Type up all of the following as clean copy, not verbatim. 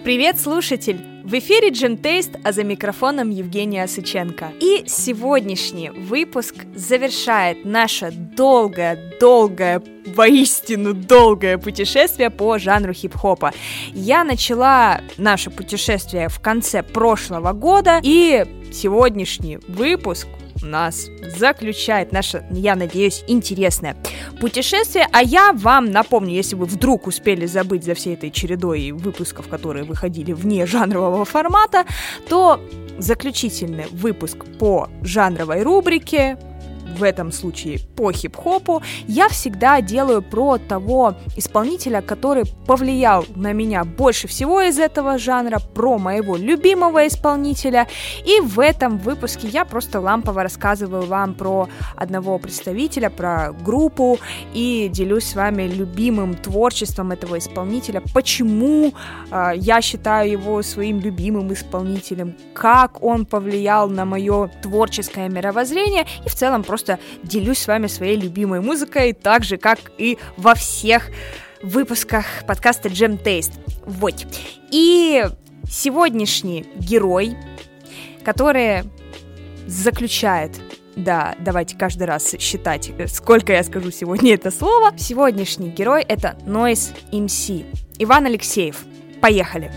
Привет, слушатель! В эфире Jam Taste, а за микрофоном Евгения Осыченко. И сегодняшний выпуск завершает наше долгое, воистину долгое путешествие по жанру хип-хопа. Я начала наше путешествие в конце прошлого года, и сегодняшний выпуск у нас заключает наше, я надеюсь, интересное путешествие. А я вам напомню, если вы вдруг успели забыть за всей этой чередой выпусков, которые выходили вне жанрового формата, то заключительный выпуск по жанровой рубрике, в этом случае по хип-хопу, я всегда делаю про того исполнителя, который повлиял на меня больше всего из этого жанра, про моего любимого исполнителя. И в этом выпуске я просто лампово рассказываю вам про одного представителя, про группу, и делюсь с вами любимым творчеством этого исполнителя, почему я считаю его своим любимым исполнителем, как он повлиял на мое творческое мировоззрение, и в целом просто делюсь с вами своей любимой музыкой, так же, как и во всех выпусках подкаста Jam Taste. Вот. И сегодняшний герой, который заключает... Да, давайте каждый раз считать, сколько я скажу сегодня это слово. Сегодняшний герой — это Noise MC. Иван Алексеев. Поехали!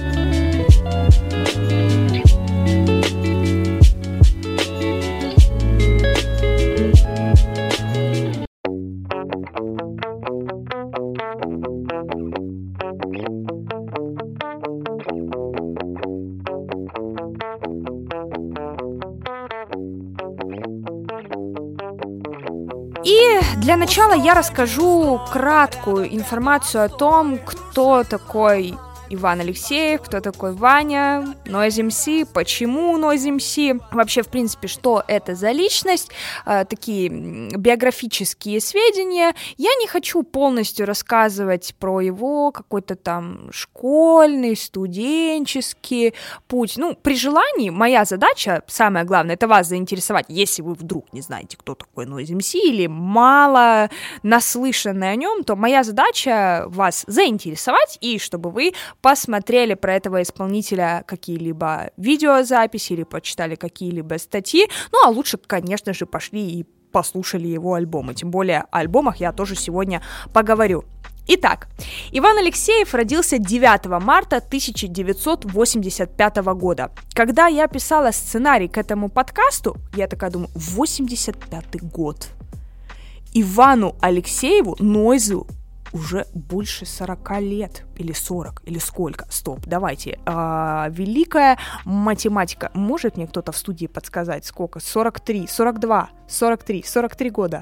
И для начала я расскажу краткую информацию о том, кто такой Иван Алексеев, кто такой Ваня, Noise MC, почему Noise MC, вообще, в принципе, что это за личность, такие биографические сведения. Я не хочу полностью рассказывать про его какой-то там школьный, студенческий путь. Ну, при желании моя задача, самое главное, это вас заинтересовать, если вы вдруг не знаете, кто такой Noise MC или мало наслышаны о нем, то моя задача вас заинтересовать, и чтобы вы посмотрели про этого исполнителя какие-либо видеозаписи или почитали какие-либо статьи, ну а лучше, конечно же, пошли и послушали его альбомы, тем более о альбомах я тоже сегодня поговорю. Итак, Иван Алексеев родился 9 марта 1985 года. Когда я писала сценарий к этому подкасту, я такая думаю, 85-й год. Ивану Алексееву, Нойзу, уже больше 40 лет, или 40, или сколько, стоп, давайте, великая математика, может мне кто-то в студии подсказать, сколько, 43, 42, 43, 43 года,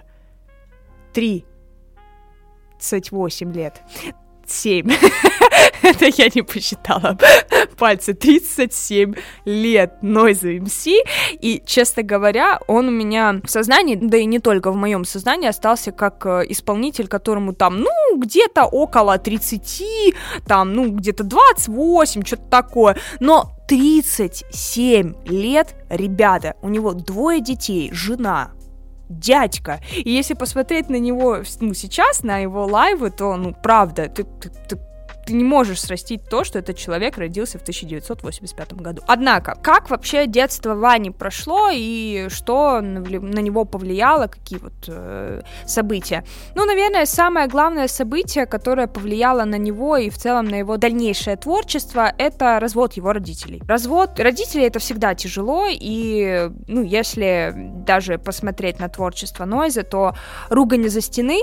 38 лет, 7, это я не посчитала пальцы, 37 лет Noise MC, и, честно говоря, он у меня в сознании, да и не только в моем сознании, остался как исполнитель, которому там, ну, где-то около 30, там, ну, где-то 28, что-то такое, но 37 лет, ребята, у него 2 детей, жена, дядька. И если посмотреть на него, ну, сейчас, на его лайвы, то, ну, правда, ты не можешь срастить то, что этот человек родился в 1985 году. Однако, как вообще детство Вани прошло и что на него повлияло, какие вот события? Ну, наверное, самое главное событие, которое повлияло на него и в целом на его дальнейшее творчество, это развод его родителей. Развод родителей — это всегда тяжело, и, ну, если даже посмотреть на творчество Нойза, то «Ругань из-за стены»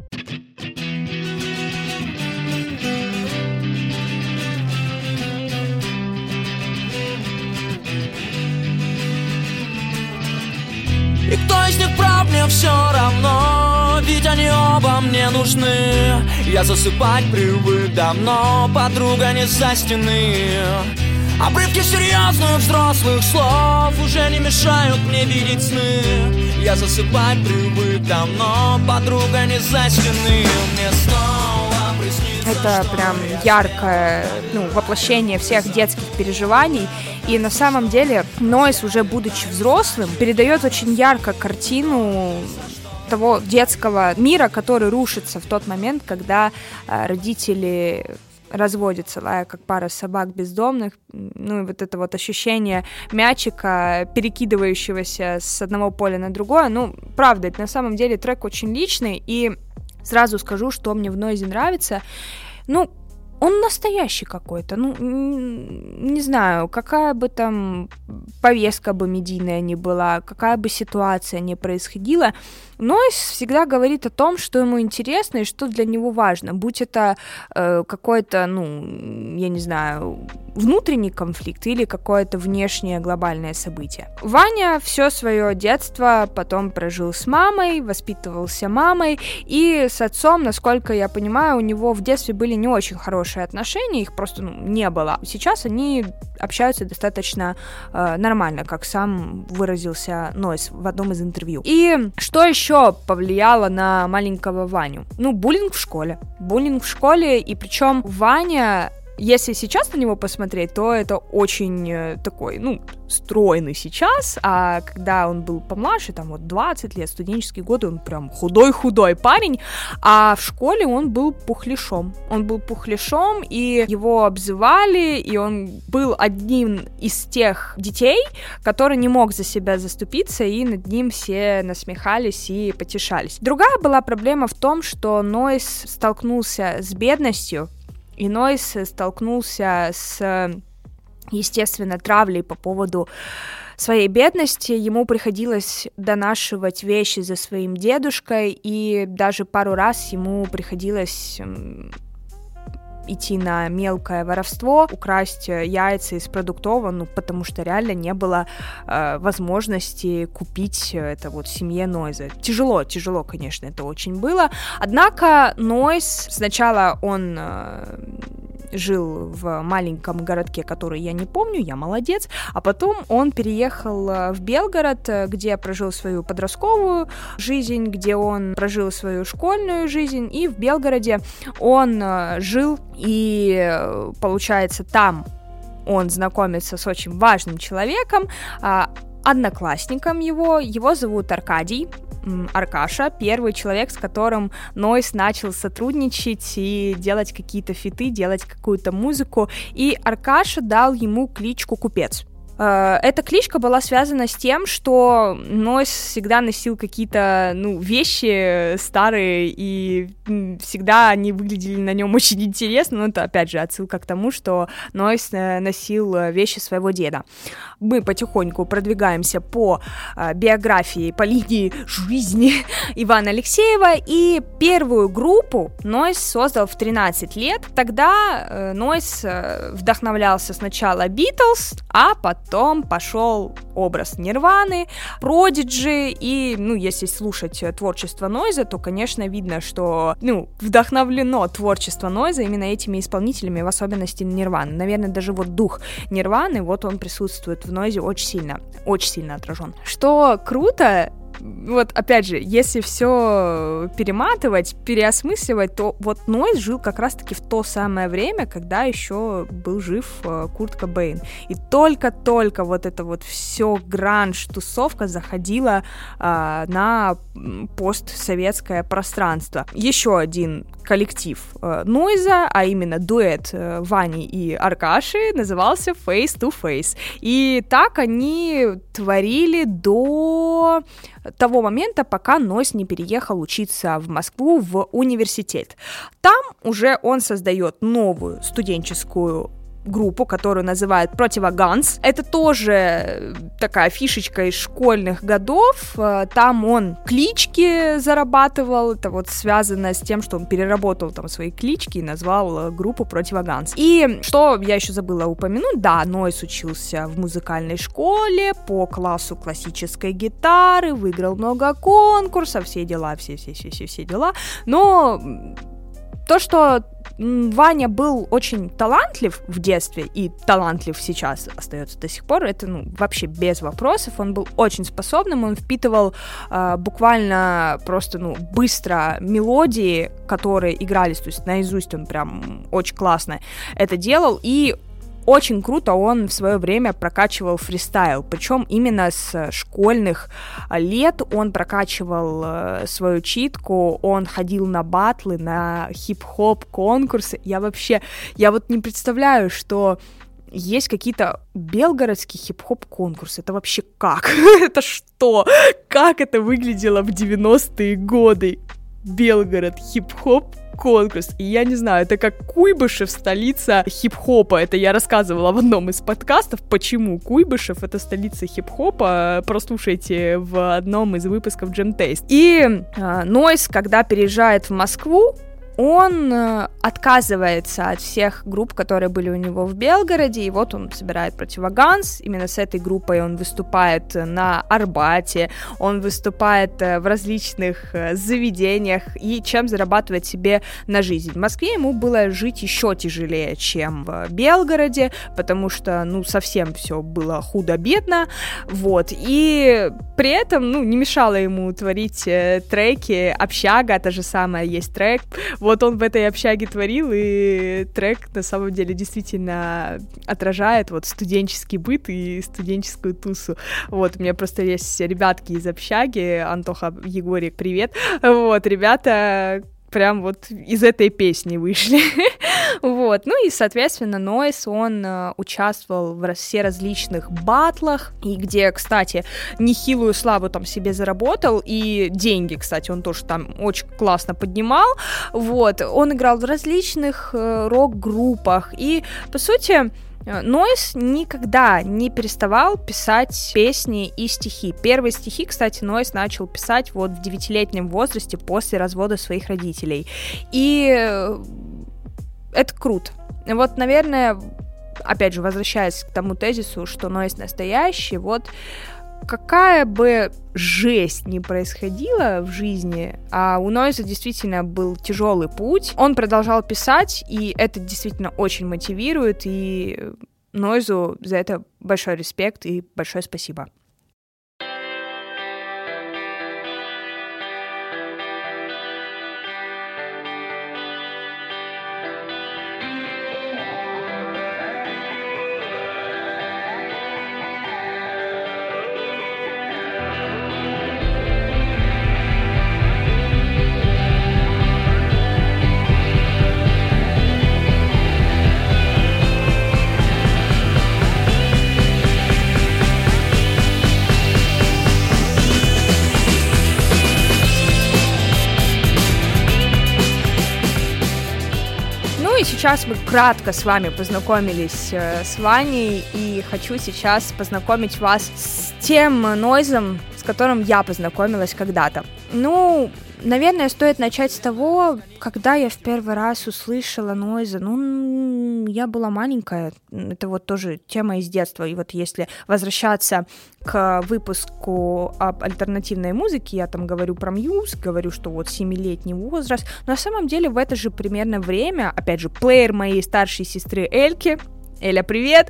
И кто из них прав, мне все равно, ведь они оба мне нужны. Я засыпать привык давно, подруга не за стены. Обрывки серьезных взрослых слов уже не мешают мне видеть сны. Я засыпать привык давно, подруга не за стены. Мне снова приснится, это прям яркое, ну, воплощение всех детских переживаний. И на самом деле Нойз, уже будучи взрослым, передает очень ярко картину того детского мира, который рушится в тот момент, когда родители разводятся, лая как пара собак бездомных, ну и вот это вот ощущение мячика, перекидывающегося с одного поля на другое, ну, правда, это на самом деле трек очень личный, и сразу скажу, что мне в Noise нравится, ну, он настоящий какой-то, ну, не знаю, какая бы там повестка бы медийная ни была, какая бы ситуация ни происходила, Noise всегда говорит о том, что ему интересно и что для него важно, будь это какой-то, ну, я не знаю, внутренний конфликт или какое-то внешнее глобальное событие. Ваня все свое детство потом прожил с мамой, воспитывался мамой, и с отцом, насколько я понимаю, у него в детстве были не очень хорошие отношения, их просто не было. Сейчас они общаются достаточно нормально, как сам выразился Noise в одном из интервью. И что еще повлияло на маленького Ваню? Ну, буллинг в школе. Буллинг в школе, и причем Ваня... Если сейчас на него посмотреть, то это очень такой, ну, стройный сейчас, а когда он был помладше, там вот 20 лет, студенческие годы, он прям худой-худой парень, а в школе он был пухляшом. Он был пухляшом, и его обзывали, и он был одним из тех детей, который не мог за себя заступиться, и над ним все насмехались и потешались. Другая была проблема в том, что Noise столкнулся с бедностью, и Noise столкнулся с, естественно, травлей по поводу своей бедности. Ему приходилось донашивать вещи за своим дедушкой, и даже пару раз ему приходилось идти на мелкое воровство, украсть яйца из продуктового, ну, потому что реально не было возможности купить это вот семье Noise. Тяжело, конечно, это очень было. Однако Noise, сначала он жил в маленьком городке, который я не помню, я молодец, а потом он переехал в Белгород, где прожил свою подростковую жизнь, где он прожил свою школьную жизнь, и в Белгороде он жил, и, получается, там он знакомится с очень важным человеком, одноклассником его зовут Аркадий, Аркаша, первый человек, с которым Noise начал сотрудничать и делать какие-то фиты, делать какую-то музыку, и Аркаша дал ему кличку Купец. Эта кличка была связана с тем, что Noise всегда носил какие-то, ну, вещи старые, и всегда они выглядели на нем очень интересно, но это, опять же, отсылка к тому, что Noise носил вещи своего деда. Мы потихоньку продвигаемся по биографии, по линии жизни Ивана Алексеева, и первую группу Noise создал в 13 лет. Тогда Noise вдохновлялся сначала Beatles, а потом пошел образ Нирваны, Prodigy, и, ну, если слушать творчество Noise, то, конечно, видно, что, ну, вдохновлено творчество Noise именно этими исполнителями, в особенности Нирваны. Наверное, даже вот дух Нирваны, вот он присутствует в Noise очень сильно отражен. Что круто, вот опять же, если все перематывать, переосмысливать, то вот Noise жил как раз-таки в то самое время, когда еще был жив Курт Кобейн. И только-только вот это вот все гранж-тусовка заходила на постсоветское пространство. Еще один коллектив Noise, а именно дуэт Вани и Аркаши, назывался Face to Face. И так они творили до того момента, пока Noise не переехал учиться в Москву в университет. Там уже он создает новую студенческую группу, которую называют Противоганс. Это тоже такая фишечка из школьных годов. Там он клички зарабатывал. Это вот связано с тем, что он переработал там свои клички и назвал группу Противоганс. И что я еще забыла упомянуть, да, Noise учился в музыкальной школе по классу классической гитары, выиграл много конкурсов, все дела, все дела. Но то, что Ваня был очень талантлив в детстве и талантлив сейчас остается до сих пор, это, ну, вообще без вопросов. Он был очень способным, он впитывал буквально просто, ну, быстро мелодии, которые игрались, то есть наизусть он прям очень классно это делал, и очень круто он в свое время прокачивал фристайл, причем именно с школьных лет он прокачивал свою читку, он ходил на батлы, на хип-хоп конкурсы. Я вот не представляю, что есть какие-то белгородские хип-хоп конкурсы. Это вообще как? Это что? Как это выглядело в 90-е годы? Белгород хип-хоп конкурс. И я не знаю, это как Куйбышев, столица хип-хопа. Это я рассказывала в одном из подкастов, почему Куйбышев — это столица хип-хопа. Прослушайте в одном из выпусков Jam Taste. И Noise, когда переезжает в Москву, он отказывается от всех групп, которые были у него в Белгороде, и вот он собирает Противоганз. Именно с этой группой он выступает на Арбате, он выступает в различных заведениях, и чем зарабатывает себе на жизнь. В Москве ему было жить еще тяжелее, чем в Белгороде, потому что, совсем все было худо-бедно, вот, и при этом, не мешало ему творить треки. «Общага», та же самая, есть трек. Вот он в этой общаге творил, и трек на самом деле действительно отражает вот студенческий быт и студенческую тусу. Вот, у меня просто есть ребятки из общаги, Антоха, Егорик, привет. Вот, ребята прям вот из этой песни вышли. Вот, и, соответственно, Noise, он участвовал в все различных батлах, и где, кстати, нехилую славу там себе заработал, и деньги, кстати, он тоже там очень классно поднимал, вот, он играл в различных рок-группах, и, по сути, Noise никогда не переставал писать песни и стихи. Первые стихи, кстати, Noise начал писать вот в 9-летнем возрасте после развода своих родителей. И это круто. Вот, наверное, опять же, возвращаясь к тому тезису, что Noise настоящий, вот какая бы жесть ни происходила в жизни, а у Noise действительно был тяжелый путь, он продолжал писать, и это действительно очень мотивирует, и Noise за это большой респект и большое спасибо. Сейчас мы кратко с вами познакомились с Ваней, и хочу сейчас познакомить вас с тем Нойзом, с которым я познакомилась когда-то. Наверное, стоит начать с того, когда я в первый раз услышала Нойза. Я была маленькая, это вот тоже тема из детства, и вот если возвращаться к выпуску об альтернативной музыке, я там говорю про Muse, говорю, что вот 7-летний возраст, но на самом деле в это же примерно время, опять же, плеер моей старшей сестры Эльки, Эля, привет!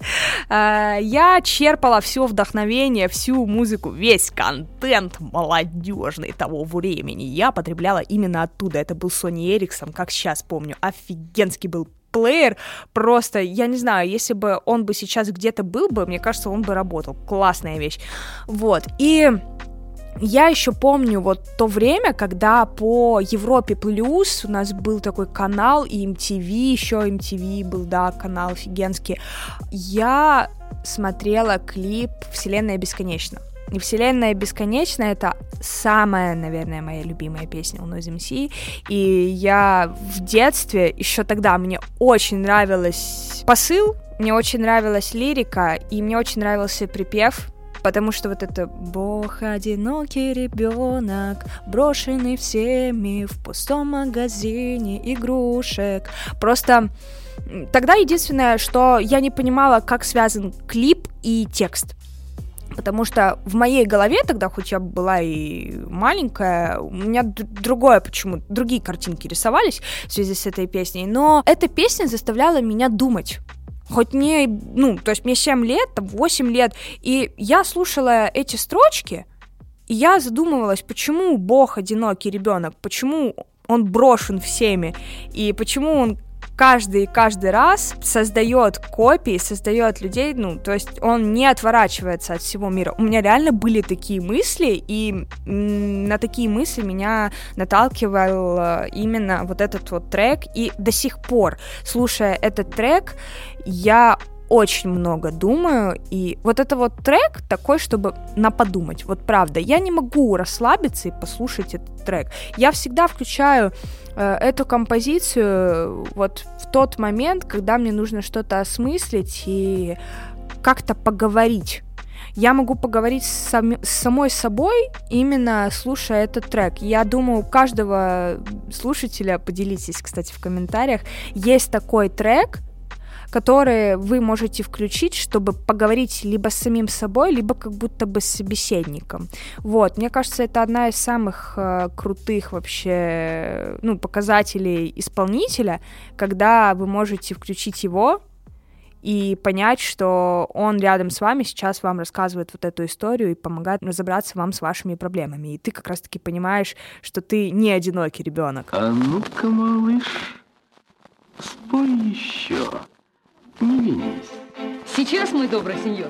Я черпала все вдохновение, всю музыку, весь контент молодежный того времени я потребляла именно оттуда. Это был Sony Ericsson, как сейчас помню, офигенский был плеер, просто, я не знаю, если бы он бы сейчас где-то был бы, мне кажется, он бы работал. Классная вещь. Вот, и я еще помню вот то время, когда по Европе Плюс у нас был такой канал, и MTV, еще MTV был, да, канал офигенский. Я смотрела клип «Вселенная бесконечна». И «Вселенная бесконечна» — это самая, наверное, моя любимая песня у Noise MC. И я в детстве, еще тогда, мне очень нравился посыл, мне очень нравилась лирика, и мне очень нравился припев, потому что вот это «Бог одинокий ребенок, брошенный всеми в пустом магазине игрушек». Просто тогда единственное, что я не понимала, как связан клип и текст. Потому что в моей голове тогда, хоть я была и маленькая, у меня другие картинки рисовались в связи с этой песней, но эта песня заставляла меня думать. Хоть мне, то есть мне 7 лет, 8 лет, и я слушала эти строчки, и я задумывалась, почему Бог одинокий ребенок, почему он брошен всеми, и почему он каждый раз создает копии, создает людей, ну, то есть он не отворачивается от всего мира. У меня реально были такие мысли, и на такие мысли меня наталкивал именно вот этот вот трек, и до сих пор, слушая этот трек, я очень много думаю, и вот это вот трек такой, чтобы на подумать, вот правда, я не могу расслабиться и послушать этот трек, я всегда включаю эту композицию вот в тот момент, когда мне нужно что-то осмыслить и как-то поговорить. Я могу поговорить с самой собой, именно слушая этот трек. Я думаю, у каждого слушателя, поделитесь, кстати, в комментариях, есть такой трек, которые вы можете включить, чтобы поговорить либо с самим собой, либо как будто бы с собеседником. Вот, мне кажется, это одна из самых крутых вообще, ну, показателей исполнителя, когда вы можете включить его и понять, что он рядом с вами сейчас вам рассказывает вот эту историю и помогает разобраться вам с вашими проблемами. И ты как раз-таки понимаешь, что ты не одинокий ребенок. А ну-ка, малыш, спой еще. Не ленись. Сейчас, мой добрый сеньор.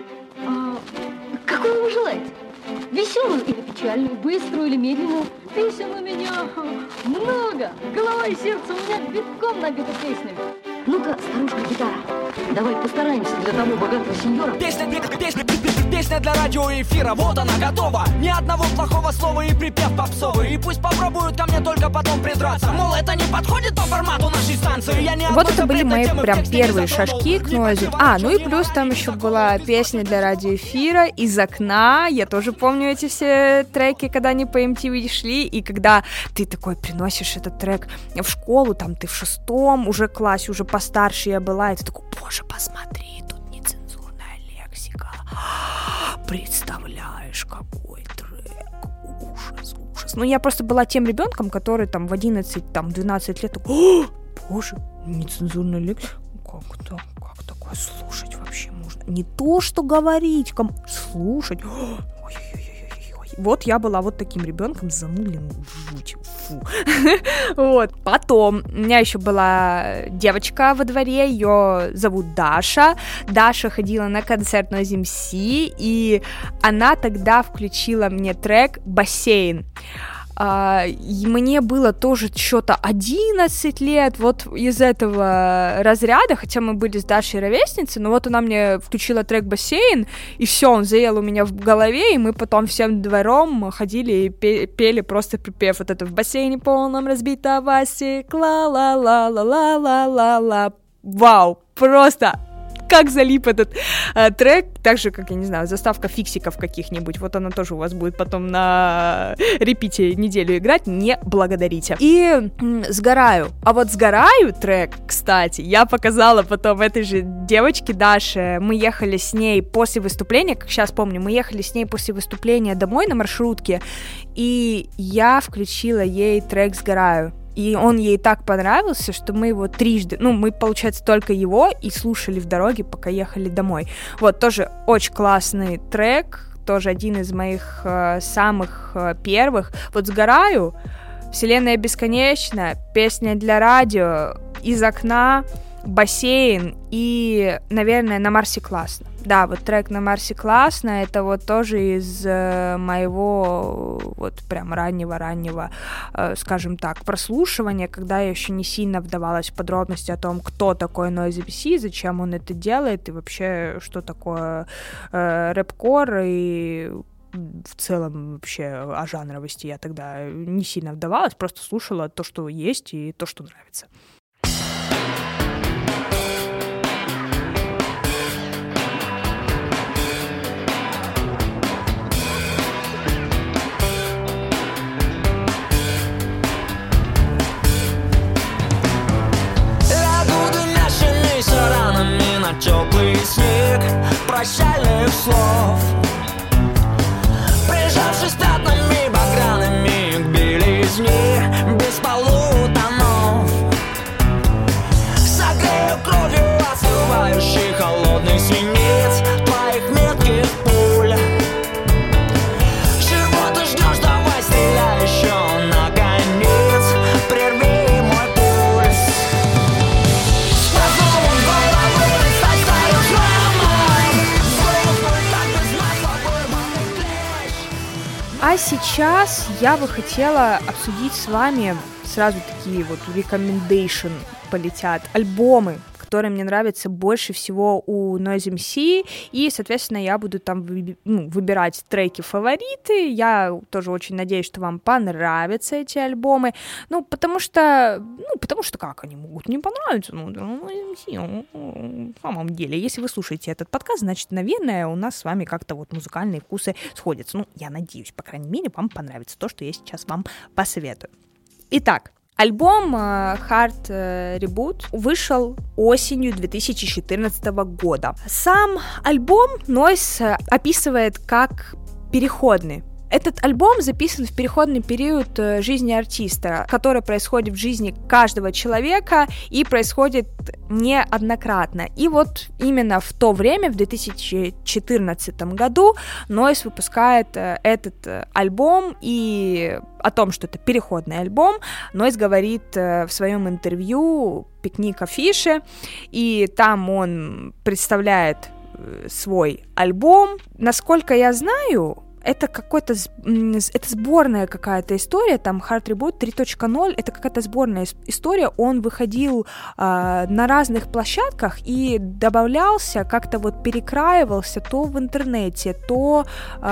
Какую вы желаете? Веселую или печальную, быструю или медленную? Песен у меня много. Голова и сердце у меня битком набиты песнями. Ну-ка, старушка-гитара, давай постараемся для того богатого сеньора. Песня для радиоэфира, вот она готова. Ни одного плохого слова и припев попсовый. И пусть попробуют ко мне только потом придраться. Мол, это не подходит по формату нашей станции. Вот это были мои прям первые шажки к нойзу. Ну и плюс там еще была песня для радиоэфира «Из окна». Я тоже помню эти все треки, когда они по MTV шли. И когда ты такой приносишь этот трек в школу, там ты в 6-м уже классе, уже постарше я была, и ты такой, боже, посмотри, тут нецензурная лексика. Представляешь, какой трек. Ужас. Ну, я просто была тем ребенком, который там в 11-12 лет такой, боже, нецензурная лексика. Как такое слушать вообще можно? Не то, что говорить, слушать. Ой-ой-ой. Вот я была вот таким ребенком, занудным, жуть, фу. Вот. Потом у меня еще была девочка во дворе, ее зовут Даша. Даша ходила на концерт Noise MC, и она тогда включила мне трек «Бассейн». И мне было тоже что-то 11 лет, вот из этого разряда, хотя мы были с Дашей ровесницы, но вот она мне включила трек «Бассейн», и все, он заел у меня в голове, и мы потом всем двором ходили и пели просто припев вот это «В бассейне полном разбитого стекла, ла-ла-ла-ла-ла-ла-ла». Вау, просто... Как залип этот трек, так же, как, я не знаю, заставка фиксиков каких-нибудь, вот она тоже у вас будет потом на репите неделю играть, не благодарите. И «Сгораю». А вот «Сгораю» трек, кстати, я показала потом этой же девочке Даше, мы ехали с ней после выступления, как сейчас помню, мы ехали с ней после выступления домой на маршрутке, и я включила ей трек «Сгораю». И он ей так понравился, что мы его трижды, мы, получается, только его и слушали в дороге, пока ехали домой. Вот, тоже очень классный трек, тоже один из моих самых первых. Вот «Сгораю», «Вселенная бесконечна», песня для радио, «Из окна», «Бассейн» и, наверное, «На Марсе классно». Да, вот трек «На Марсе классно» — это вот тоже из моего вот прям раннего, скажем так, прослушивания, когда я еще не сильно вдавалась в подробности о том, кто такой Noise MC, зачем он это делает и вообще, что такое рэп-кор и в целом вообще о жанровости я тогда не сильно вдавалась, просто слушала то, что есть и то, что нравится. Теплый снег прощальных слов, прижавшись пятнами багряными к белизне без полутонов, согрею кровью остывающий холодный свинец твоих метких пуль. Чего ты ждешь? Давай стреляй еще наконец, прерви мой пульс. сейчас я бы хотела обсудить с вами сразу такие вот recommendation полетят, альбомы, которые мне нравятся больше всего у Noise MC, и, соответственно, я буду там выбирать треки-фавориты. Я тоже очень надеюсь, что вам понравятся эти альбомы, потому что как они могут не понравиться? В самом деле, если вы слушаете этот подкаст, значит, наверное, у нас с вами как-то вот музыкальные вкусы сходятся. Я надеюсь, по крайней мере, вам понравится то, что я сейчас вам посоветую. Итак, альбом Hard Reboot вышел осенью 2014 года. Сам альбом Noise описывает как переходный. Этот альбом записан в переходный период жизни артиста, который происходит в жизни каждого человека и происходит неоднократно. И вот именно в то время, в 2014 году, Noise выпускает этот альбом, и о том, что это переходный альбом, Noise говорит в своем интервью «Пикник афиши», и там он представляет свой альбом. Насколько я знаю, это это сборная какая-то история, там Hard Reboot 3.0, это какая-то сборная история, он выходил на разных площадках и добавлялся, как-то вот перекраивался то в интернете, то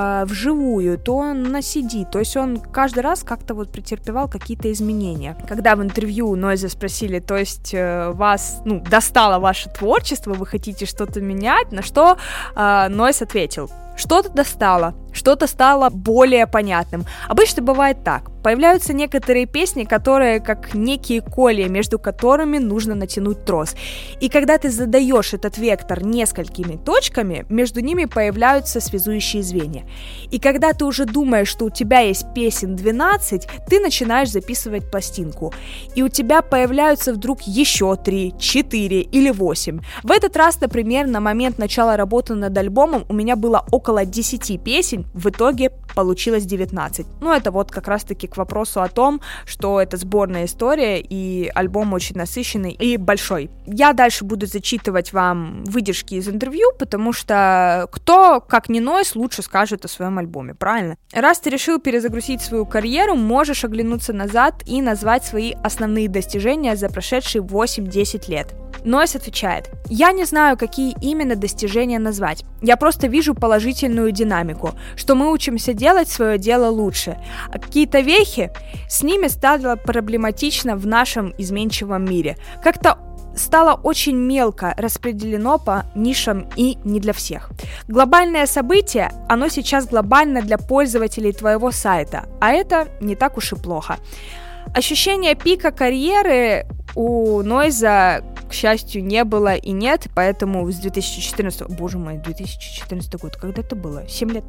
вживую, то на CD, то есть он каждый раз как-то вот претерпевал какие-то изменения. Когда в интервью Noise спросили, то есть вас, достало ваше творчество, вы хотите что-то менять, на что Noise ответил: что-то достало, что-то стало более понятным. Обычно бывает так. Появляются некоторые песни, которые как некие колья, между которыми нужно натянуть трос. И когда ты задаешь этот вектор несколькими точками, между ними появляются связующие звенья. И когда ты уже думаешь, что у тебя есть песен 12, ты начинаешь записывать пластинку. И у тебя появляются вдруг еще 3, 4 или 8. В этот раз, например, на момент начала работы над альбомом у меня было около 10 песен, в итоге получилось 19. Это вот как раз-таки к вопросу о том, что это сборная история, и альбом очень насыщенный и большой. Я дальше буду зачитывать вам выдержки из интервью, потому что кто, как не Noise, лучше скажет о своем альбоме, правильно? Раз ты решил перезагрузить свою карьеру, можешь оглянуться назад и назвать свои основные достижения за прошедшие 8-10 лет. Noise отвечает: я не знаю, какие именно достижения назвать. Я просто вижу положительную динамику, что мы учимся делать свое дело лучше. А какие-то вехи, с ними стало проблематично в нашем изменчивом мире. Как-то стало очень мелко распределено по нишам и не для всех. Глобальное событие, оно сейчас глобально для пользователей твоего сайта, а это не так уж и плохо. Ощущение пика карьеры у Noise, к счастью, не было и нет, поэтому с 2014... Боже мой, 2014 год, когда это было? 7 лет?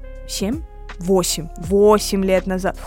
7? 8. 8 лет назад.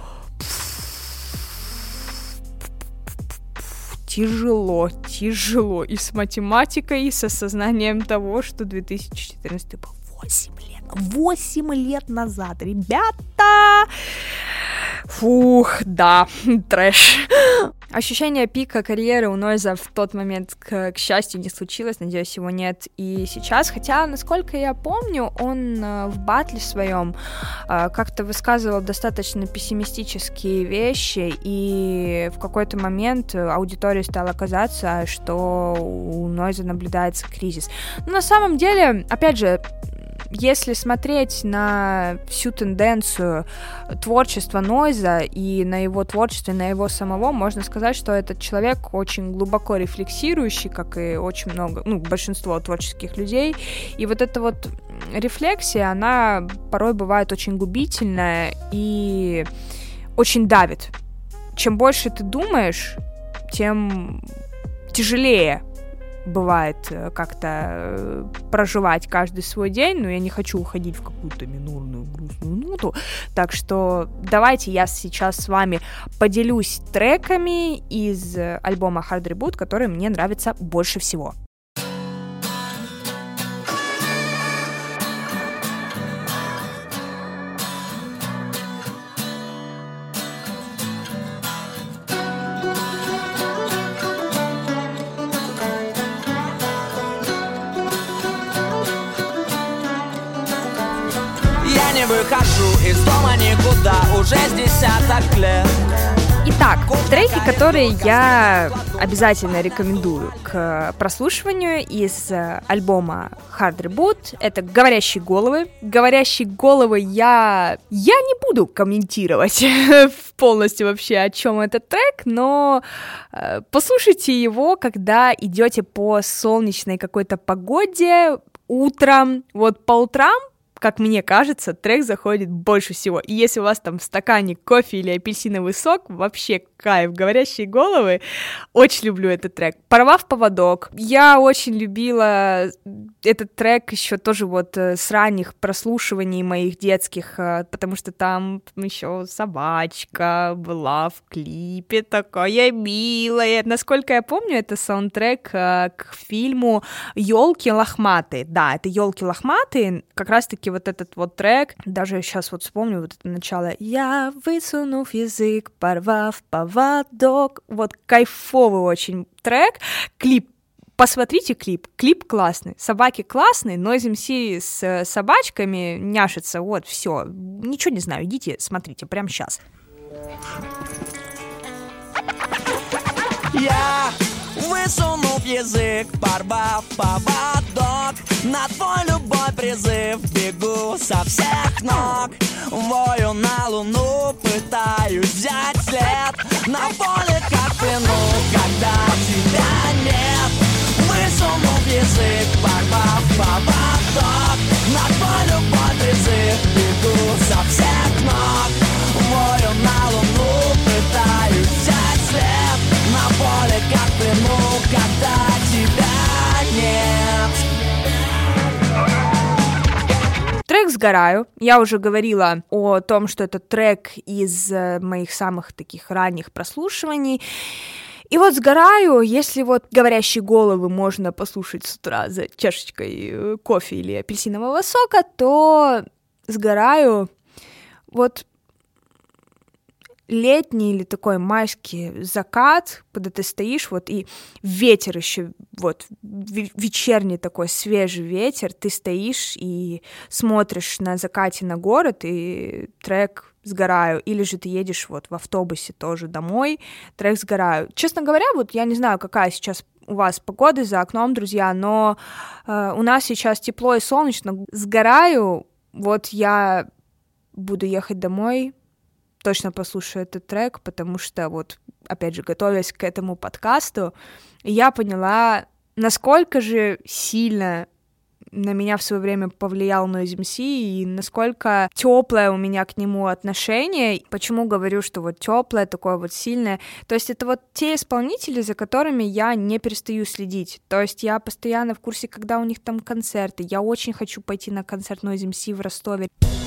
Тяжело и с математикой, и с осознанием того, что 2014 был 8 лет назад, ребята! Фух, да, трэш. Ощущение пика карьеры у Noise в тот момент, к счастью, не случилось, надеюсь, его нет и сейчас, хотя, насколько я помню, он в батле своем как-то высказывал достаточно пессимистические вещи, и в какой-то момент аудитории стало казаться, что у Noise наблюдается кризис. Но на самом деле, опять же, если смотреть на всю тенденцию творчества Noise и на его творчество, и на его самого, можно сказать, что этот человек очень глубоко рефлексирующий, как и очень много, большинство творческих людей, и вот эта вот рефлексия, она порой бывает очень губительная и очень давит. Чем больше ты думаешь, тем тяжелее бывает как-то проживать каждый свой день, но я не хочу уходить в какую-то минорную грустную ноту, так что давайте я сейчас с вами поделюсь треками из альбома Hard Reboot, которые мне нравятся больше всего. выхожу из дома никуда уже с десяток лет. Итак, треки, которые я обязательно рекомендую к прослушиванию из альбома Hard Reboot, это «Говорящие головы». «Говорящие головы» я не буду комментировать полностью вообще, о чем этот трек, но послушайте его, когда идете по солнечной какой-то погоде, утром, вот по утрам, как мне кажется, трек заходит больше всего. И если у вас там в стакане кофе или апельсиновый сок, вообще кайф. «Говорящие головы». Очень люблю этот трек. «Порвав поводок». Я очень любила этот трек еще тоже вот с ранних прослушиваний моих детских, потому что там еще собачка была в клипе, такая милая. Насколько я помню, это саундтрек к фильму «Ёлки лохматые». Да, это «Ёлки лохматые», как раз-таки вот этот вот трек, даже сейчас вот вспомню вот это начало. Я, высунув язык, порвав поводок. Вот кайфовый очень трек. Клип. Посмотрите клип. Клип классный. Собаки классные, Noise MC с собачками няшится. Вот, все. Ничего не знаю. Идите, смотрите, прямо сейчас. Я, высунув язык, порвав поводок, на твой любой призыв бегу со всех ног. Вою на луну, пытаюсь взять след, на поле как плену, когда тебя нет. Высунув язык, порвав поводок, на твой любой призыв бегу со всех ног. Вою на луну, пытаюсь взять след, на поле как плену, когда тебя нет. Трек «Сгораю». Я уже говорила о том, что это трек из моих самых таких ранних прослушиваний. И вот «Сгораю», если вот «Говорящие головы» можно послушать с утра за чашечкой кофе или апельсинового сока, то «Сгораю» вот летний или такой майский закат, когда ты стоишь, вот, и ветер еще, вот, вечерний такой свежий ветер, ты стоишь и смотришь на закате на город, и трек «Сгораю», или же ты едешь вот в автобусе тоже домой, трек «Сгораю». Честно говоря, вот я не знаю, какая сейчас у вас погода за окном, друзья, но у нас сейчас тепло и солнечно. «Сгораю», вот я буду ехать домой, точно послушаю этот трек, потому что вот, опять же, готовясь к этому подкасту, я поняла, насколько же сильно на меня в свое время повлиял Noise MC и насколько теплое у меня к нему отношение. Почему говорю, что вот теплое, такое вот сильное? То есть это вот те исполнители, за которыми я не перестаю следить. То есть я постоянно в курсе, когда у них там концерты. Я очень хочу пойти на концерт Noise MC в Ростове.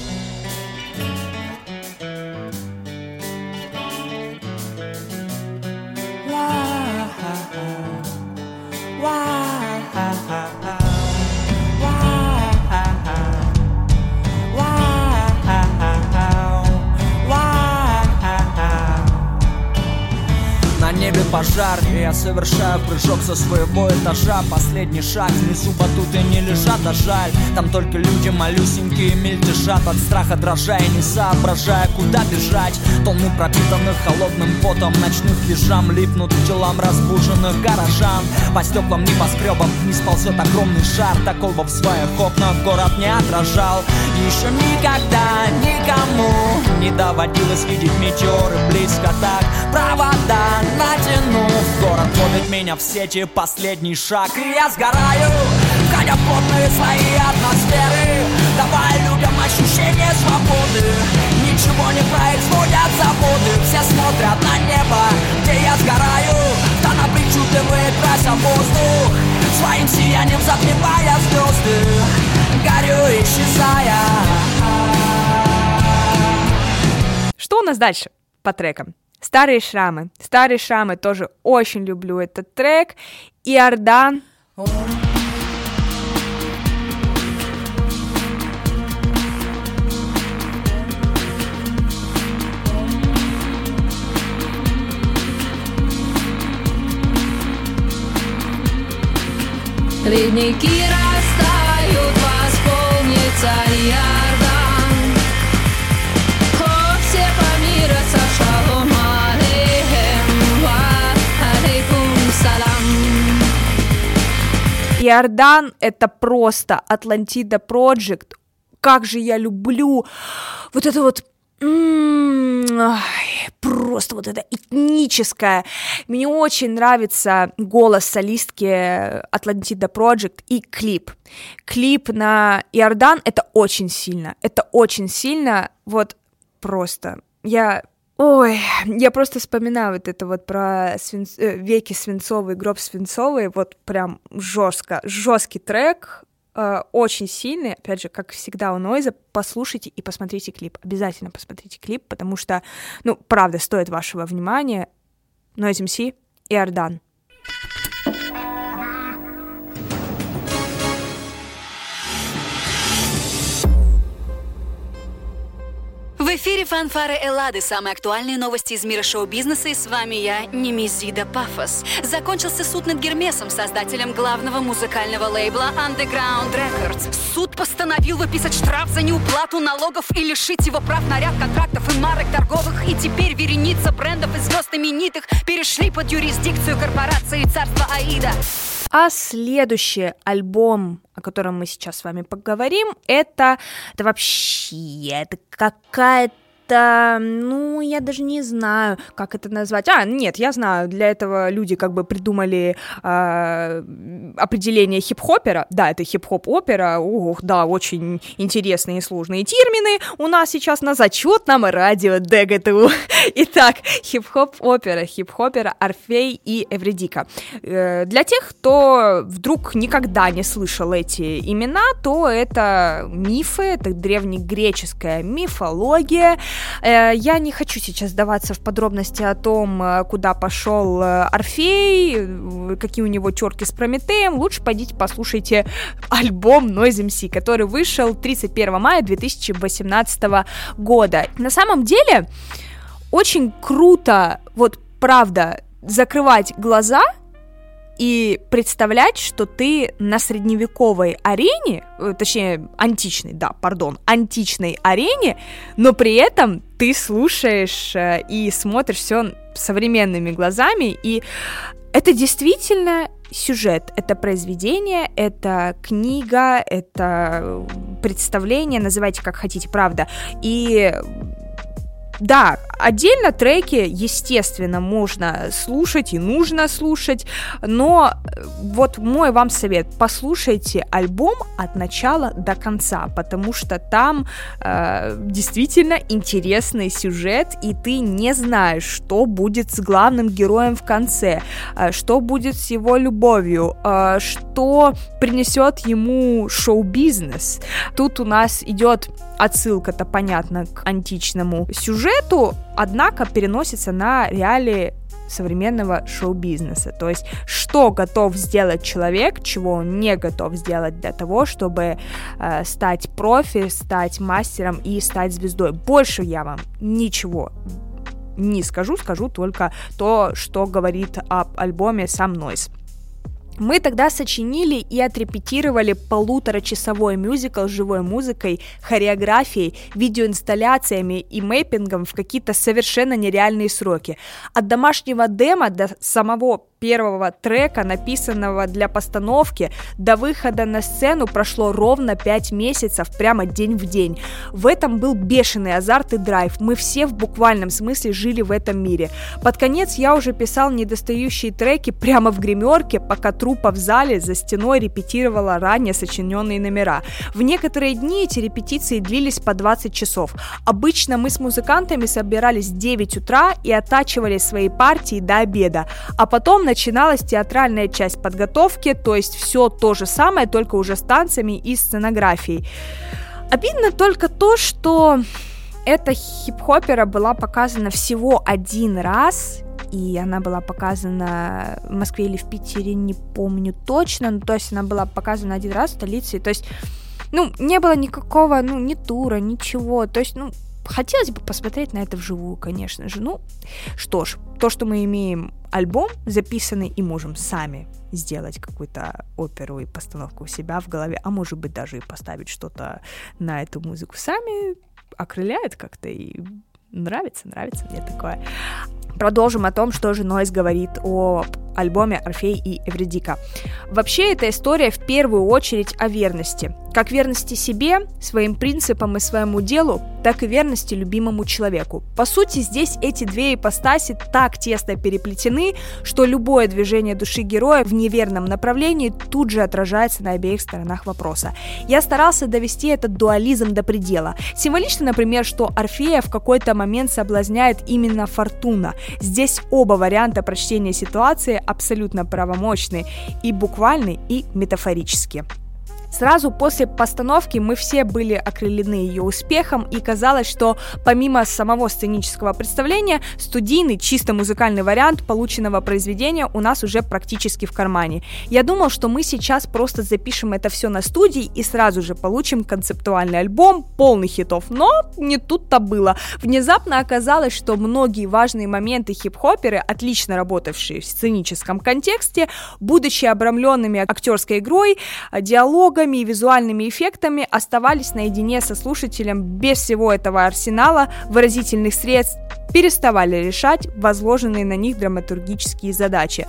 На небе пожар, и я совершаю прыжок со своего этажа. Последний шаг, внизу батуты не лежат, а жаль. Там только люди малюсенькие, мельтешат от страха, дрожа и не соображая, куда бежать. Тонны пропитанных холодным потом ночных пижам липнут к телам разбуженных горожан. По стеклам небоскребам вниз ползет огромный шар. Такого в своих окнах город не отражал. Еще никогда никому не доводилось видеть метеоры близко так. Провода натянув, город ловит меня в сети, последний шаг, и я сгораю, входя в плотные слои атмосферы, давая людям ощущение свободы. Ничего не производят заводы, все смотрят на небо, где я сгораю. Тона причудливые крася воздух, своим сиянием затмевая звезды, горю, исчезая. Что у нас дальше по трекам? Старые шрамы. Старые шрамы тоже очень люблю этот трек. Иордан. Ледники растают, восполнится Иордан. Иордан — это просто Атлантида Project. Как же я люблю вот это вот... Просто вот это этническое. Мне очень нравится голос солистки Атлантида Project и клип. Клип на Иордан — это очень сильно. Это очень сильно. Вот просто. Я просто вспоминаю вот это вот про веки свинцовые, гроб свинцовый. Вот прям жесткий трек. Очень сильный, опять же, как всегда у Нойза, послушайте и посмотрите клип, обязательно посмотрите клип, потому что, правда, стоит вашего внимания. Noise MC, Иордан. В эфире «Фанфары Эллады». Самые актуальные новости из мира шоу-бизнеса. И с вами я, Немезида Пафос. Закончился суд над Гермесом, создателем главного музыкального лейбла Underground Records. Суд постановил выписать штраф за неуплату налогов и лишить его прав на ряд контрактов и марок торговых. И теперь вереница брендов и звезд именитых перешли под юрисдикцию корпорации «Царство Аида». А следующий альбом, о котором мы сейчас с вами поговорим, это какая-то, я даже не знаю, как это назвать. Нет, я знаю, для этого люди как бы придумали определение хип-хопера. Да, это хип-хоп-опера. Да, очень интересные и сложные термины у нас сейчас на зачетном радио ДГТУ. Итак, хип-хопера Орфей и Эвредика. Для тех, кто вдруг никогда не слышал эти имена, то это мифы, это древнегреческая мифология. Я не хочу сейчас вдаваться в подробности о том, куда пошел Орфей, какие у него терки с Прометеем. Лучше пойдите послушайте альбом Noise MC, который вышел 31 мая 2018 года. На самом деле, очень круто, вот правда, закрывать глаза представлять, что ты на средневековой арене, точнее, античной арене, но при этом ты слушаешь и смотришь все современными глазами, и это действительно сюжет, это произведение, это книга, это представление, называйте как хотите, правда, и... Да, отдельно треки, естественно, можно слушать и нужно слушать, но вот мой вам совет, послушайте альбом от начала до конца, потому что там действительно интересный сюжет, и ты не знаешь, что будет с главным героем в конце, что будет с его любовью, что принесет ему шоу-бизнес. Тут у нас идет отсылка-то, понятно, к античному сюжету, однако переносится на реалии современного шоу-бизнеса. То есть, что готов сделать человек, чего он не готов сделать для того, чтобы стать профи, стать мастером и стать звездой. Больше я вам ничего не скажу только то, что говорит об альбоме сам Noise. Мы тогда сочинили и отрепетировали 1,5-часовой мюзикл с живой музыкой, хореографией, видеоинсталляциями и мэппингом в какие-то совершенно нереальные сроки. От домашнего демо до самого первого трека, написанного для постановки, до выхода на сцену прошло ровно 5 месяцев, прямо день в день. В этом был бешеный азарт и драйв. Мы все в буквальном смысле жили в этом мире. Под конец я уже писал недостающие треки прямо в гримерке, пока труппа в зале за стеной репетировала ранее сочиненные номера. В некоторые дни эти репетиции длились по 20 часов. Обычно мы с музыкантами собирались в 9 утра и оттачивали свои партии до обеда, а потом начиналась театральная часть подготовки, то есть все то же самое, только уже с танцами и сценографией. Обидно только то, что эта хип-хопера была показана всего один раз, и она была показана в Москве или в Питере, не помню точно, но то есть она была показана один раз в столице, то есть, не было никакого, ни тура, ничего, то есть, хотелось бы посмотреть на это вживую, конечно же. Что ж, то, что мы имеем альбом записанный и можем сами сделать какую-то оперу и постановку у себя в голове, а может быть даже и поставить что-то на эту музыку сами, окрыляет как-то и нравится мне такое. Продолжим о том, что же Noise говорит о альбоме «Орфей и Эвридика». Вообще, эта история в первую очередь о верности. Как верности себе, своим принципам и своему делу, так и верности любимому человеку. По сути, здесь эти две ипостаси так тесно переплетены, что любое движение души героя в неверном направлении тут же отражается на обеих сторонах вопроса. Я старался довести этот дуализм до предела. Символично, например, что Орфея в какой-то момент соблазняет именно Фортуна. Здесь оба варианта прочтения ситуации абсолютно правомочны, и буквальны, и метафорически. Сразу после постановки мы все были окрылены ее успехом, и казалось, что помимо самого сценического представления, студийный, чисто музыкальный вариант полученного произведения у нас уже практически в кармане. Я думал, что мы сейчас просто запишем это все на студии и сразу же получим концептуальный альбом, полный хитов, но не тут-то было. Внезапно оказалось, что многие важные моменты хип-хоперы, отлично работавшие в сценическом контексте, будучи обрамленными актерской игрой, диалогом и визуальными эффектами, оставались наедине со слушателем без всего этого арсенала выразительных средств, переставали решать возложенные на них драматургические задачи.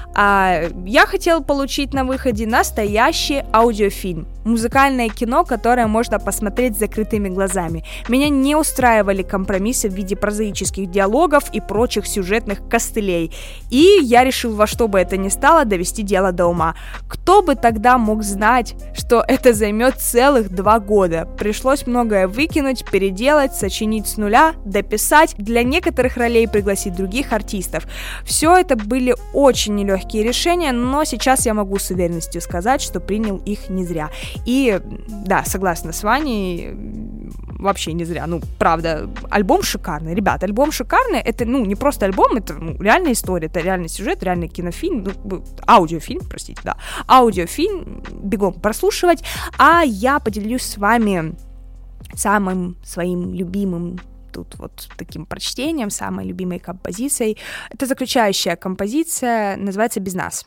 Я хотел получить на выходе настоящий аудиофильм, музыкальное кино, которое можно посмотреть с закрытыми глазами. Меня не устраивали компромиссы в виде прозаических диалогов и прочих сюжетных костылей, и я решил во что бы это ни стало довести дело до ума. Кто бы тогда мог знать, что это займет целых 2 года. Пришлось многое выкинуть, переделать, сочинить с нуля, дописать, для некоторых ролей пригласить других артистов. Все это были очень нелегкие решения, но сейчас я могу с уверенностью сказать, что принял их не зря. И да, согласна с Ваней, вообще не зря. Правда, альбом шикарный. Ребят, альбом шикарный. Это, не просто альбом, это реальная история, это реальный сюжет, реальный кинофильм, аудиофильм, простите, да. Аудиофильм, бегом прослушивать. А я поделюсь с вами самым своим любимым тут вот таким прочтением, самой любимой композицией. Это заключающая композиция, называется «Без нас».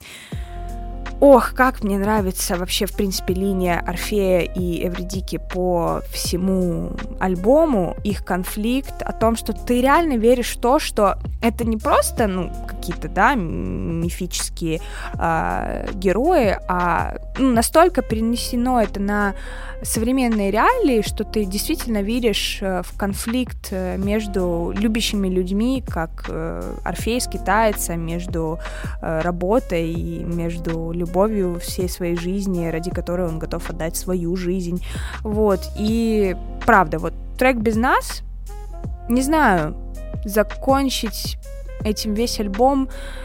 Ох, как мне нравится вообще, в принципе, линия Орфея и Эвридики по всему альбому, их конфликт, о том, что ты реально веришь в то, что это не просто, какие-то, да, мифические герои, а настолько перенесено это на современные реалии, что ты действительно веришь в конфликт между любящими людьми, как Орфей с китайцем, между работой и между любовью всей своей жизни, ради которой он готов отдать свою жизнь. Вот. И правда, вот трек «Без нас», не знаю, закончить этим весь альбом.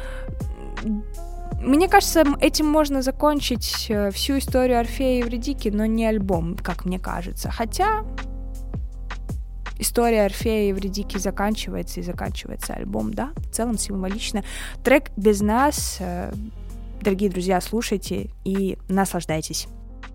Мне кажется, этим можно закончить всю историю Орфея и Эвридики, но не альбом, как мне кажется. Хотя история Орфея и Эвридики заканчивается, и заканчивается альбом, да, в целом символично. Трек «Без нас», дорогие друзья, слушайте и наслаждайтесь.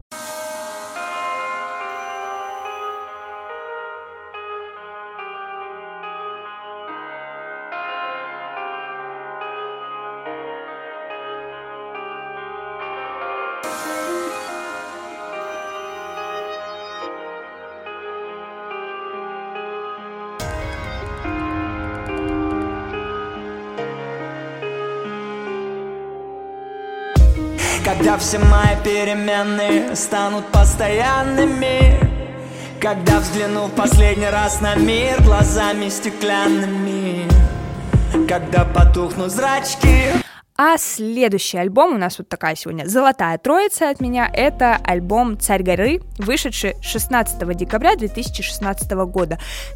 Когда все мои перемены станут постоянными, когда взгляну в последний раз на мир глазами стеклянными, когда потухнут зрачки. А следующий альбом у нас вот такая сегодня золотая троица от меня. Это альбом «Царь горы», вышедший 16 декабря 2016 года.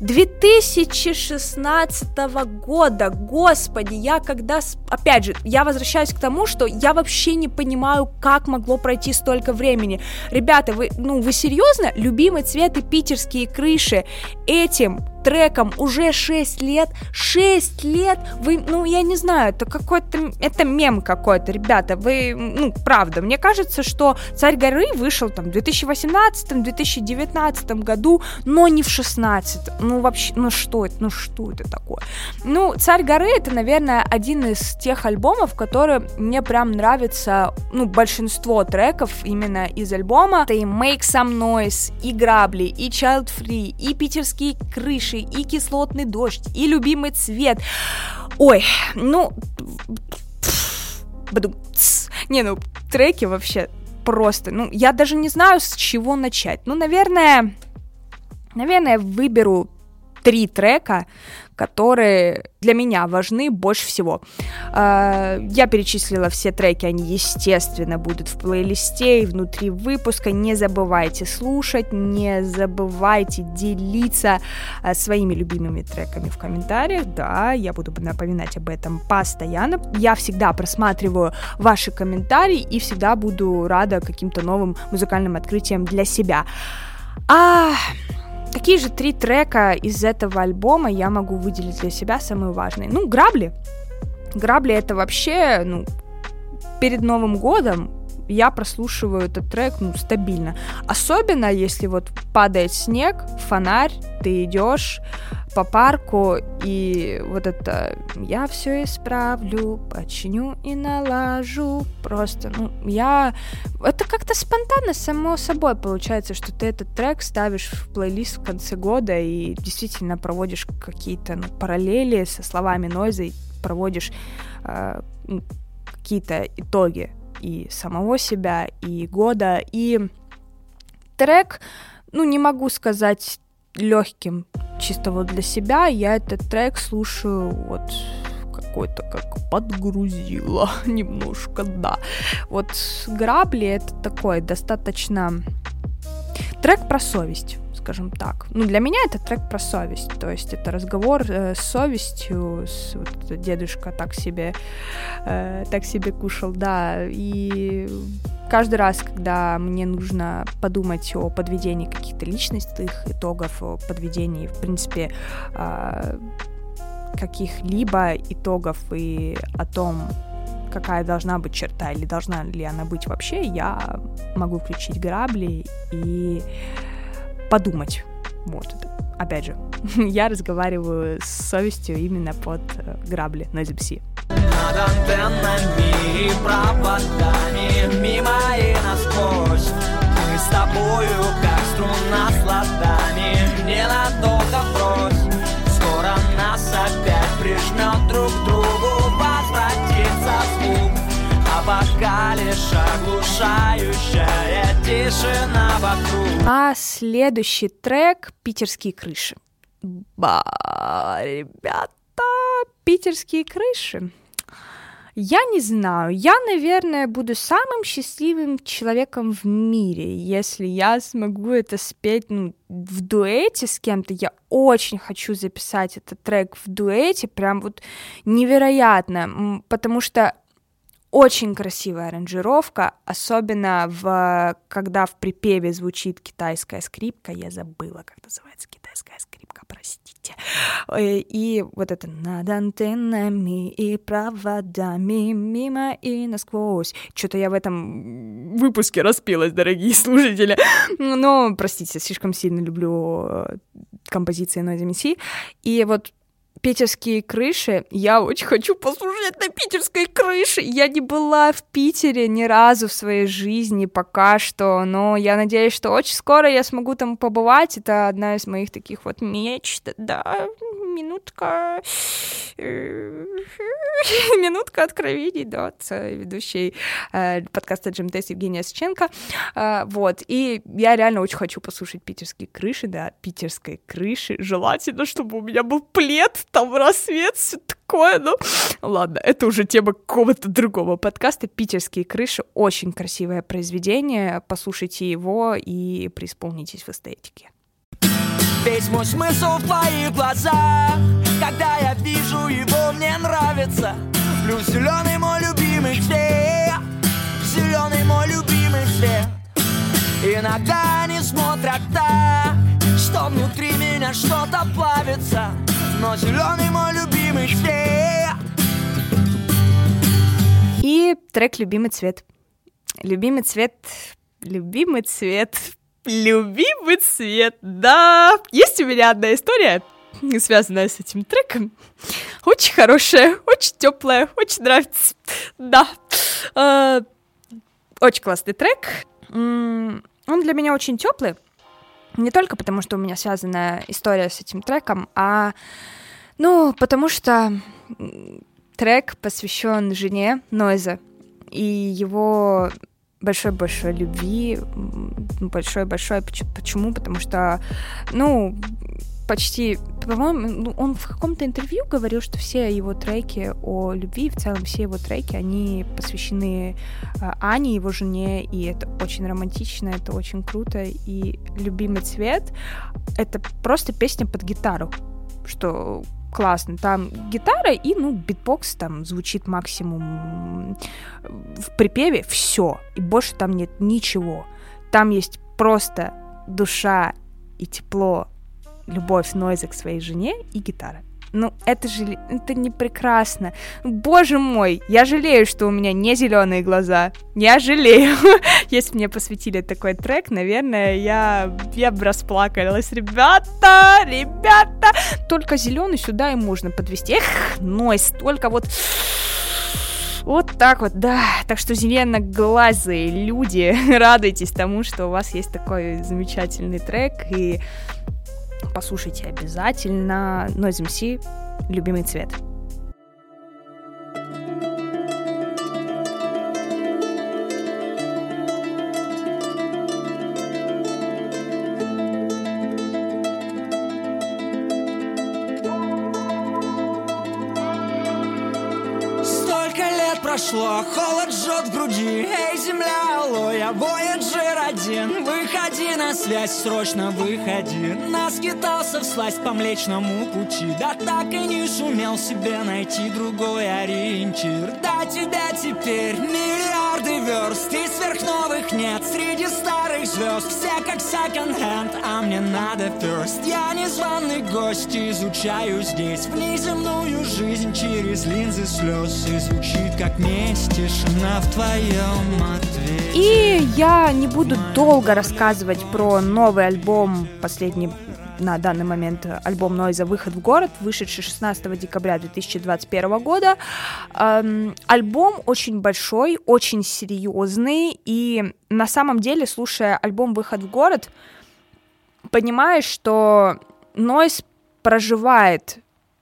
2016 года, господи, опять же, я возвращаюсь к тому, что я вообще не понимаю, как могло пройти столько времени. Ребята, вы серьезно? Любимый цвет и питерские крыши этим треком уже 6 лет. 6 лет! Вы, я не знаю, это мем какой-то, ребята. Вы, правда, мне кажется, что «Царь горы» вышел там в 2018-2019 году, но не в 16. Вообще, что это такое? «Царь горы» — это, наверное, один из тех альбомов, которые мне прям нравится, большинство треков именно из альбома. Это и «Make Some Noise», и «Грабли», и «Child Free», и «Питерские крыши», и «Кислотный дождь», и «Любимый цвет». Ой, треки вообще просто, я даже не знаю, с чего начать. Наверное, выберу 3 трека, которые для меня важны больше всего. Я перечислила все треки, они, естественно, будут в плейлисте и внутри выпуска. Не забывайте слушать, не забывайте делиться своими любимыми треками в комментариях. Да, я буду напоминать об этом постоянно. Я всегда просматриваю ваши комментарии и всегда буду рада каким-то новым музыкальным открытиям для себя. Какие же 3 трека из этого альбома я могу выделить для себя самые важные? «Грабли». «Грабли» — это вообще, перед Новым годом я прослушиваю этот трек, стабильно. Особенно, если вот падает снег, фонарь, ты идешь по парку, и вот это «я все исправлю, починю и налажу». Просто, это как-то спонтанно, само собой получается, что ты этот трек ставишь в плейлист в конце года и действительно проводишь какие-то параллели со словами Нойза, и проводишь какие-то итоги и самого себя, и года, и трек, не могу сказать легким чисто вот для себя, я этот трек слушаю вот какой-то как подгрузила немножко, да. Вот «Грабли» — это такой достаточно трек про совесть, скажем так. Для меня это трек про совесть, то есть это разговор с совестью, вот дедушка так себе кушал, да, и каждый раз, когда мне нужно подумать о подведении каких-то личностных итогов, о подведении, в принципе, каких-либо итогов и о том, какая должна быть черта или должна ли она быть вообще, я могу включить «Грабли» и подумать. Вот это. Опять же, я разговариваю с совестью именно под «Грабли» Noise MC. Над антеннами и проводами, мимо и насквозь. Мы с тобою, как струна с ладами, ненадолго брось. Скоро нас опять прижмет друг к другу, возвратится звук. А пока лишь оглушающая тишина вокруг. А следующий трек — «Питерские крыши». Ребята, «Питерские крыши». Я не знаю, я, наверное, буду самым счастливым человеком в мире, если я смогу это спеть, в дуэте с кем-то. Я очень хочу записать этот трек в дуэте, прям вот невероятно, потому что очень красивая аранжировка, особенно когда в припеве звучит китайская скрипка. Я забыла, как называется китайская скрипка, простите. И вот это «над антеннами и проводами, мимо и насквозь». Что-то я в этом выпуске распилась, дорогие слушатели. Но, простите, слишком сильно люблю композиции Noise MC. И вот «Питерские крыши», я очень хочу послушать на питерской крыше. Я не была в Питере ни разу в своей жизни пока что, но я надеюсь, что очень скоро я смогу там побывать. Это одна из моих таких вот мечт. Да, минутка откровений, да, от ведущей подкаста Jam Test Евгения Осиченко. Вот, и я реально очень хочу послушать «Питерские крыши», да, «Питерской крыши». Желательно, чтобы у меня был плед, там рассвет, все такое, ладно, это уже тема какого-то другого подкаста. «Питерские крыши» — очень красивое произведение, послушайте его и преисполнитесь в эстетике. Весь мой смысл в твоих глазах, когда я вижу его, мне нравится. Плюс зеленый мой любимый цвет, зеленый мой любимый цвет. Иногда они смотрят так, что внутри меня что-то плавится, но зеленый мой любимый цвет. И трек «Любимый цвет». Любимый цвет, да. Есть у меня одна история, связанная с этим треком. Очень хорошая, очень теплая, очень нравится. Да. Очень классный трек. Он для меня очень теплый. Не только потому, что у меня связана история с этим треком, а потому что трек посвящен жене Нойза. и его большой-большой любви, большой-большой, почему? Потому что, почти, по-моему, он в каком-то интервью говорил, что все его треки о любви, в целом все его треки, они посвящены Ане, его жене, и это очень романтично, это очень круто, и «Любимый цвет» — это просто песня под гитару, что классно, там гитара и, битбокс там звучит максимум в припеве, все, и больше там нет ничего, там есть просто душа и тепло, любовь Нойза к своей жене и гитара. Это не прекрасно. Боже мой, я жалею, что у меня не зеленые глаза. Я жалею. Если бы мне посвятили такой трек, наверное, я бы расплакалась. Ребята, только зеленый сюда и можно подвести. Эх, Нойз, только вот так вот, да. Так что, зеленоглазые люди, радуйтесь тому, что у вас есть такой замечательный трек, и послушайте обязательно Noise MC «Любимый цвет». Прошло, холод жжет в груди. Эй, земля, алло, я Voyager 1. Выходи на связь, срочно выходи. Наскитался всласть по Млечному пути, да так и не сумел себе найти другой ориентир. До тебя теперь миллиарды верст, и сверхновых нет среди старых звезд. Все как second-hand, а мне надо first. Я незваный гость, изучаю здесь внеземную жизнь через линзы слез. И звучит как месть, тишина в твоем ответе. И я не буду долго рассказывать про новый альбом, последний на данный момент альбом Нойза «Выход в город», вышедший 16 декабря 2021 года. Альбом очень большой, очень серьезный, и на самом деле, слушая альбом «Выход в город», понимаешь, что Нойз проживает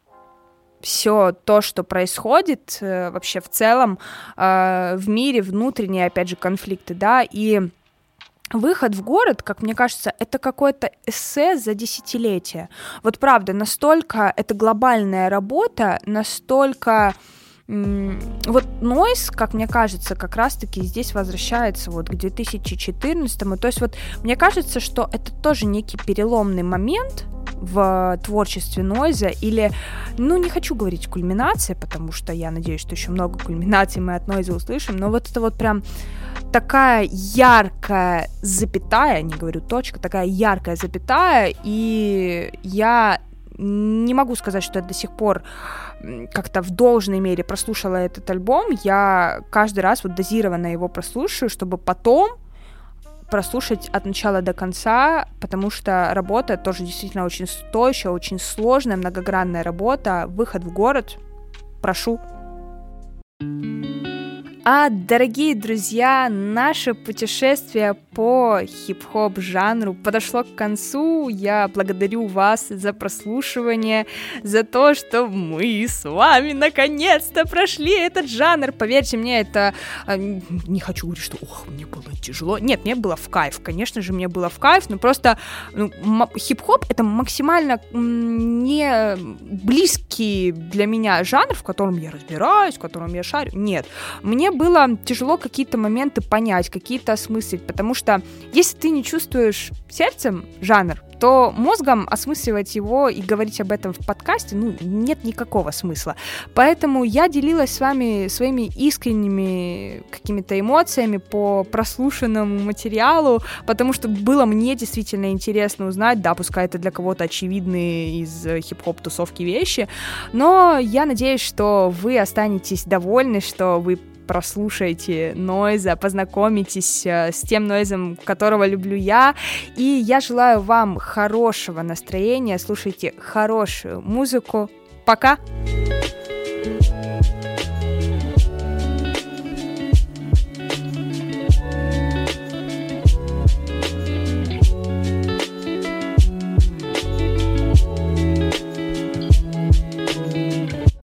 все то, что происходит вообще в целом в мире, внутренние, опять же, конфликты, да, и «Выход в город», как мне кажется, это какое-то эссе за десятилетия. Вот правда, настолько это глобальная работа, настолько... Вот Нойз, как мне кажется, как раз-таки здесь возвращается вот к 2014-му. То есть вот мне кажется, что это тоже некий переломный момент в творчестве Нойза, или, не хочу говорить кульминация, потому что я надеюсь, что еще много кульминаций мы от Нойза услышим, но вот это вот прям такая яркая запятая, не говорю точка, такая яркая запятая, и я не могу сказать, что я до сих пор как-то в должной мере прослушала этот альбом, я каждый раз вот дозированно его прослушаю, чтобы потом прослушать от начала до конца, потому что работа тоже действительно очень стоящая, очень сложная, многогранная работа. «Выход в город», прошу. Дорогие друзья, наше путешествие по хип-хоп жанру подошло к концу. Я благодарю вас за прослушивание, за то, что мы с вами наконец-то прошли этот жанр. Поверьте мне, это... Не хочу говорить, что мне было тяжело. Нет, мне было в кайф. Конечно же, мне было в кайф, но просто хип-хоп — это максимально не близкий для меня жанр, в котором я разбираюсь, в котором я шарю. Нет, мне было тяжело какие-то моменты понять, какие-то осмыслить, потому что если ты не чувствуешь сердцем жанр, то мозгом осмысливать его и говорить об этом в подкасте, нет никакого смысла. Поэтому я делилась с вами своими искренними какими-то эмоциями по прослушанному материалу, потому что было мне действительно интересно узнать, да, пускай это для кого-то очевидные из хип-хоп-тусовки вещи, но я надеюсь, что вы останетесь довольны, что вы прослушайте Нойза, познакомитесь с тем Нойзом, которого люблю я, и я желаю вам хорошего настроения, слушайте хорошую музыку. Пока!